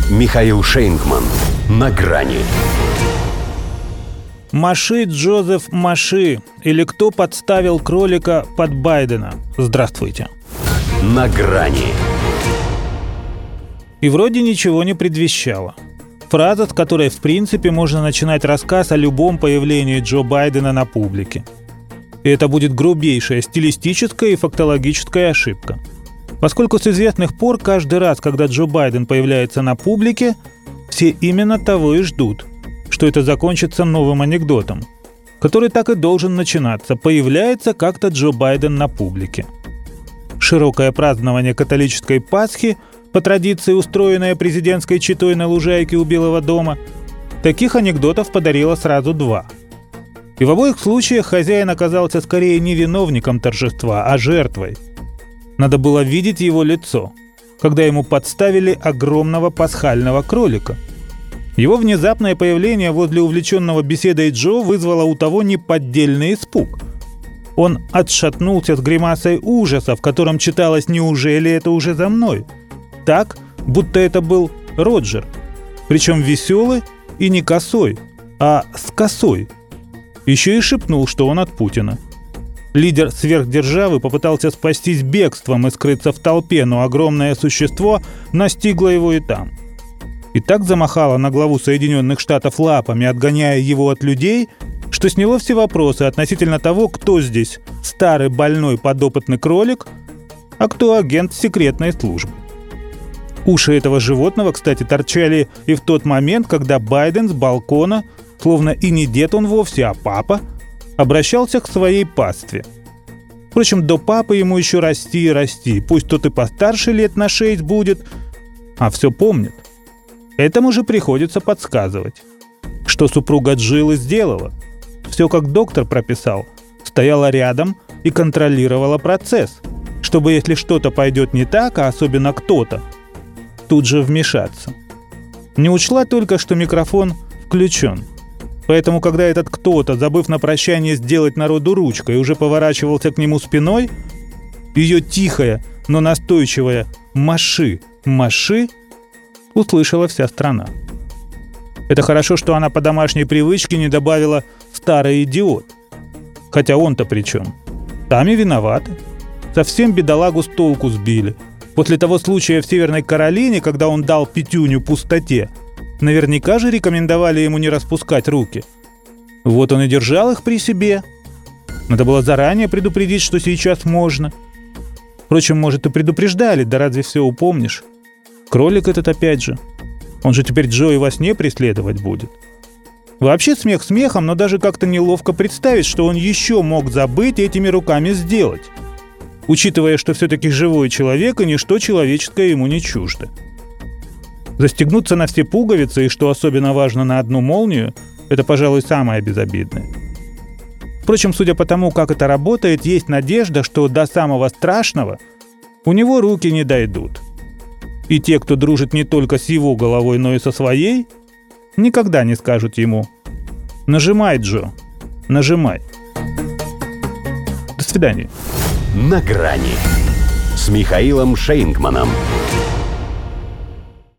Михаил Шейнгман. На грани. Маши Джозеф Маши, или кто подставил кролика под Байдена. Здравствуйте. На грани. И вроде ничего не предвещало. Фраза, с которой в принципе можно начинать рассказ о любом появлении Джо Байдена на публике. И это будет грубейшая стилистическая и фактологическая ошибка. Поскольку с известных пор каждый раз, когда Джо Байден появляется на публике, все именно того и ждут, что это закончится новым анекдотом, который так и должен начинаться: появляется как-то Джо Байден на публике. Широкое празднование католической Пасхи, по традиции устроенное президентской четой на лужайке у Белого дома, таких анекдотов подарило сразу два. И в обоих случаях хозяин оказался скорее не виновником торжества, а жертвой. Надо было видеть его лицо, когда ему подставили огромного пасхального кролика. Его внезапное появление возле увлеченного беседой Джо вызвало у того неподдельный испуг. Он отшатнулся с гримасой ужаса, в котором читалось: «Неужели это уже за мной?» Так, будто это был Роджер, причем веселый и не косой, а с косой. Еще и шепнул, что он от Путина. Лидер сверхдержавы попытался спастись бегством и скрыться в толпе, но огромное существо настигло его и там. И так замахало на главу Соединенных Штатов лапами, отгоняя его от людей, что сняло все вопросы относительно того, кто здесь старый больной подопытный кролик, а кто агент секретной службы. Уши этого животного, кстати, торчали и в тот момент, когда Байден с балкона, словно и не дед он вовсе, а папа, обращался к своей пастве. Впрочем, до папы ему еще расти и расти, пусть тот и постарше лет на 6 будет, а все помнит. Этому же приходится подсказывать, что супруга Джилы сделала. Все как доктор прописал, стояла рядом и контролировала процесс, чтобы, если что-то пойдет не так, а особенно кто-то, тут же вмешаться. Не учла только, что микрофон включен. Поэтому, когда этот кто-то, забыв на прощание сделать народу ручкой, уже поворачивался к нему спиной, ее тихое, но настойчивое «Маши, Маши» услышала вся страна. Это хорошо, что она по домашней привычке не добавила «старый идиот». Хотя он-то при чем? Сами виноваты. Совсем бедолагу с толку сбили. После того случая в Северной Каролине, когда он дал пятюню пустоте, наверняка же рекомендовали ему не распускать руки. Вот он и держал их при себе. Надо было заранее предупредить, что сейчас можно. Впрочем, может, и предупреждали, да разве все упомнишь? Кролик этот опять же. Он же теперь Джо и во сне преследовать будет. Вообще смех смехом, но даже как-то неловко представить, что он еще мог забыть этими руками сделать, учитывая, что все-таки живой человек и ничто человеческое ему не чуждо. Застегнуться на все пуговицы и, что особенно важно, на одну молнию – это, пожалуй, самое безобидное. Впрочем, судя по тому, как это работает, есть надежда, что до самого страшного у него руки не дойдут. И те, кто дружит не только с его головой, но и со своей, никогда не скажут ему: «Нажимай, Джо, нажимай». До свидания. На грани с Михаилом Шейнгманом.